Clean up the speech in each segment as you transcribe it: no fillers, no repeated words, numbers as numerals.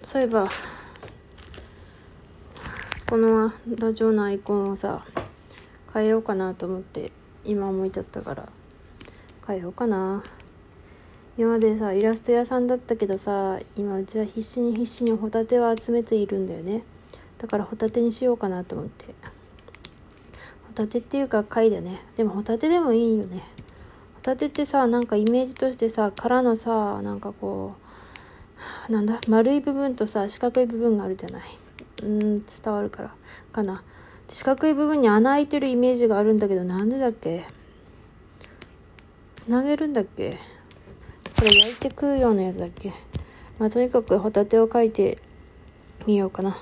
そういえばこのラジオのアイコンをさ変えようかなと思って今思い立ったから変えようかな。今までさイラスト屋さんだったけどさ、今うちは必死にホタテを集めているんだよね。だからホタテにしようかなと思って。ホタテっていうか貝だね。でもホタテでもいいよね。ホタテってさ、なんかイメージとしてさ、殻のさ、なんかこうなんだ丸い部分とさ四角い部分があるじゃない。伝わるからかな。四角い部分に穴開いてるイメージがあるんだけど、なんでだっけ。つなげるんだっけ。それ焼いて食うようなやつだっけ。とにかくホタテを描いてみようかな。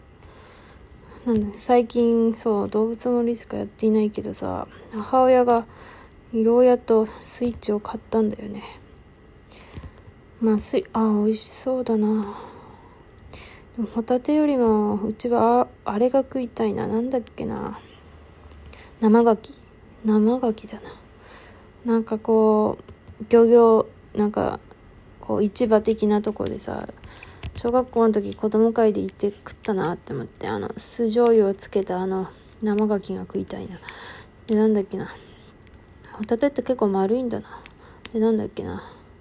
最近そう動物森しかやっていないけどさ、母親がようやっとスイッチを買ったんだよね。美味しそうだな。でもホタテよりもうちはあれが食いたいな。なんだっけな、生牡蠣だな。なんかこう漁業なんかこう市場的なとこでさ、小学校の時子供会で行って食ったなって思って、酢醤油をつけた生牡蠣が食いたいな。でなんだっけな、ホタテって結構丸いんだな。でなんだっけな、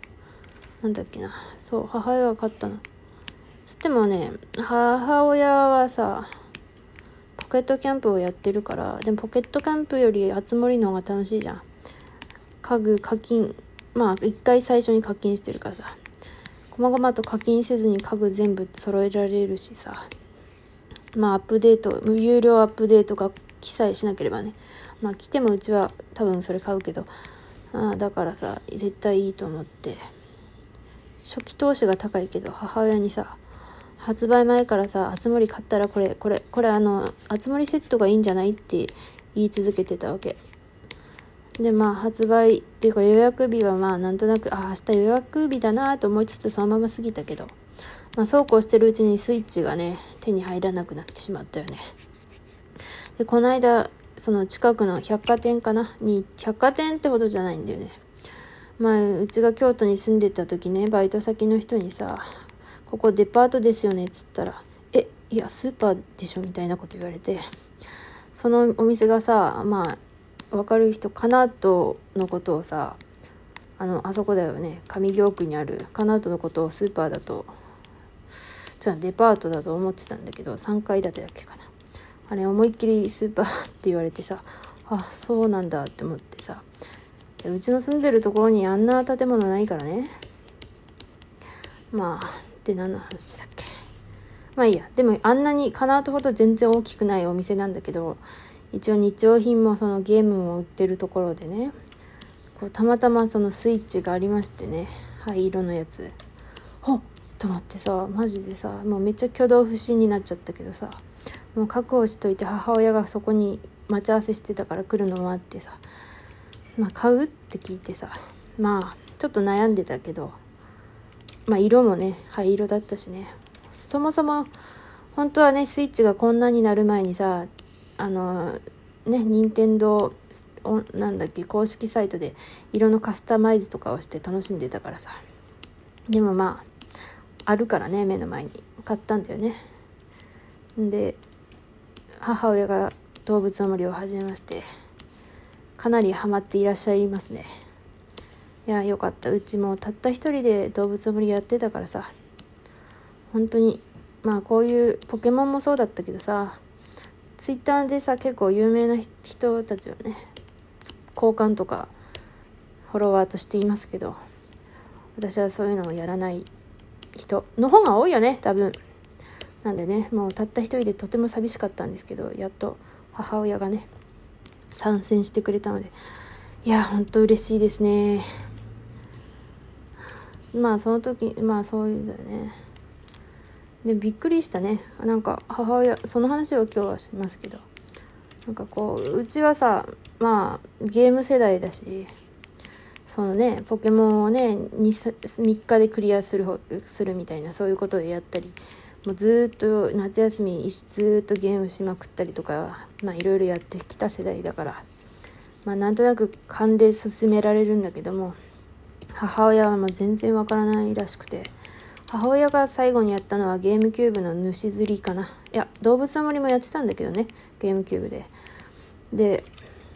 そう母親が買ったの。つってもね、母親はさポケットキャンプをやってるから。でもポケットキャンプよりあつ森の方が楽しいじゃん。課金一回最初に課金してるからさ、こまごまと課金せずに家具全部揃えられるしさ、アップデート、有料アップデートが記載しなければね、来てもうちは多分それ買うけど、だからさ絶対いいと思って。初期投資が高いけど母親にさ、発売前からさ、あつ森買ったらこれあつ森セットがいいんじゃないって言い続けてたわけで、発売っていうか予約日はなんとなく明日予約日だなと思いつつそのまま過ぎたけど、そうこうしてるうちにスイッチがね手に入らなくなってしまったよね。でこの間その近くの百貨店百貨店ってほどじゃないんだよね。うちが京都に住んでた時ね、バイト先の人にさ、ここデパートですよねっつったら、いやスーパーでしょみたいなこと言われて、そのお店がさ、わかる人かなとのことをさ、あそこだよね、上京区にあるかなとのことをスーパーだとデパートだと思ってたんだけど、3階建てだっけかな、あれ思いっきりスーパーって言われてさ、そうなんだって思ってさ、うちの住んでるところにあんな建物ないからね。で何の話だっけ。いいや。でもあんなにかなとほど全然大きくないお店なんだけど、一応日用品もそのゲームも売ってるところでね、たまたまそのスイッチがありましてね、灰色のやつ、と思ってさ、マジでさ、もうめっちゃ挙動不審になっちゃったけどさ、もう確保しといて、母親がそこに待ち合わせしてたから来るのもあってさ、買うって聞いてさ、ちょっと悩んでたけど、色もね灰色だったしね。そもそも本当はね、スイッチがこんなになる前にさ、任天堂公式サイトで色のカスタマイズとかをして楽しんでたからさ。でもあるからね、目の前に買ったんだよね。で母親が動物の森を始めまして、かなりハマっていらっしゃいますね。いやよかった。うちもたった一人で動物の森やってたからさ、本当にこういうポケモンもそうだったけどさ、ツイッターでさ結構有名な人たちをね交換とかフォロワーとしていますけど、私はそういうのをやらない人の方が多いよね多分。なんでね、もうたった一人でとても寂しかったんですけど、やっと母親がね参戦してくれたので、いや本当嬉しいですね。その時そういうだよね。でびっくりしたね。母親、その話を今日はしますけど、うちはさゲーム世代だし、そのねポケモンをね3日でクリアするみたいな、そういうことをやったり、もうずっと夏休みずっとゲームしまくったりとか、いろいろやってきた世代だから、なんとなく勘で進められるんだけども、母親は全然わからないらしくて、 母親が最後にやったのはゲームキューブの主釣りかな。いや、動物の森もやってたんだけどね、ゲームキューブで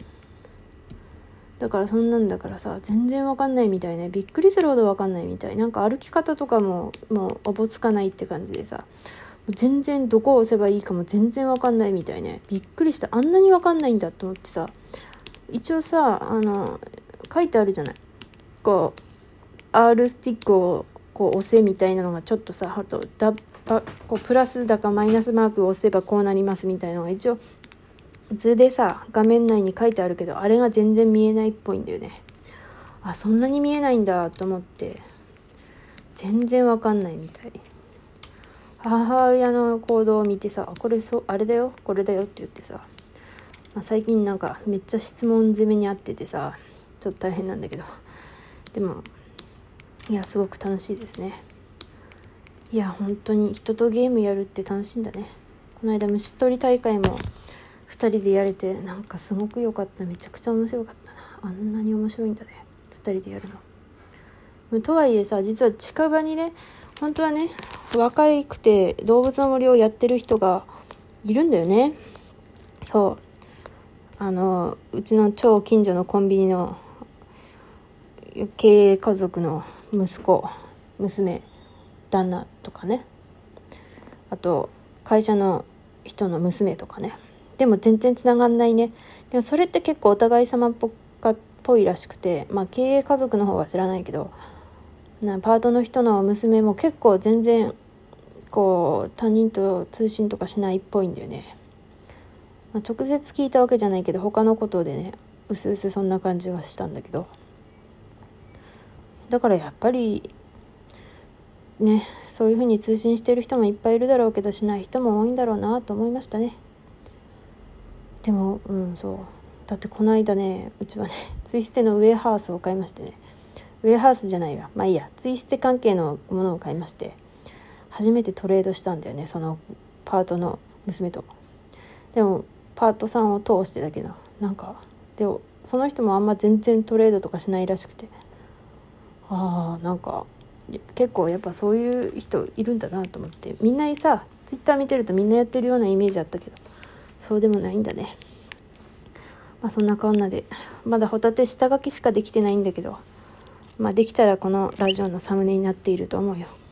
だからそんなんだからさ、全然わかんないみたいね。びっくりするほどわかんないみたい。なんか歩き方とかももうおぼつかないって感じでさ、全然どこを押せばいいかも全然わかんないみたいね。びっくりした。あんなにわかんないんだと思ってさ、一応さ、書いてあるじゃない。こう R スティックをこう押せみたいなのがちょっとさ、あとこうプラスだかマイナスマークを押せばこうなりますみたいなのが一応図でさ、画面内に書いてあるけど、あれが全然見えないっぽいんだよね。あ、そんなに見えないんだと思って、全然わかんないみたい。母親の行動を見てさ、これあれだよこれだよって言ってさ、最近なんかめっちゃ質問攻めにあっててさ、ちょっと大変なんだけど、でもいや、すごく楽しいですね。いや、本当に人とゲームやるって楽しいんだね。この間虫取り大会も2人でやれて、なんかすごく良かった。めちゃくちゃ面白かったな。あんなに面白いんだね、2人でやるの。とはいえさ、実は近場にね、本当はね、若くて動物の森をやってる人がいるんだよね。そう、うちの超近所のコンビニの経営家族の息子、娘、旦那とかね、あと会社の人の娘とかね。でも全然つながんないね。でもそれって結構お互い様っぽいらしくて、経営家族の方は知らないけど、パートの人の娘も結構全然こう他人と通信とかしないっぽいんだよね。直接聞いたわけじゃないけど、他のことでね、うすうすそんな感じはしたんだけど、だからやっぱりね、そういう風に通信してる人もいっぱいいるだろうけど、しない人も多いんだろうなと思いましたね。でもそうだってこの間ね、うちはねツイステのウェアハウスを買いましてね、ウェアハウスじゃないわ、いいや、ツイステ関係のものを買いまして、初めてトレードしたんだよね、そのパートの娘と。でもパートさんを通してだけど、なんかでもその人もあんま全然トレードとかしないらしくて、なんか結構やっぱそういう人いるんだなと思って、みんなさ、ツイッター見てるとみんなやってるようなイメージあったけど、そうでもないんだね。そんなこんなでまだホタテ下書きしかできてないんだけど、できたらこのラジオのサムネになっていると思うよ。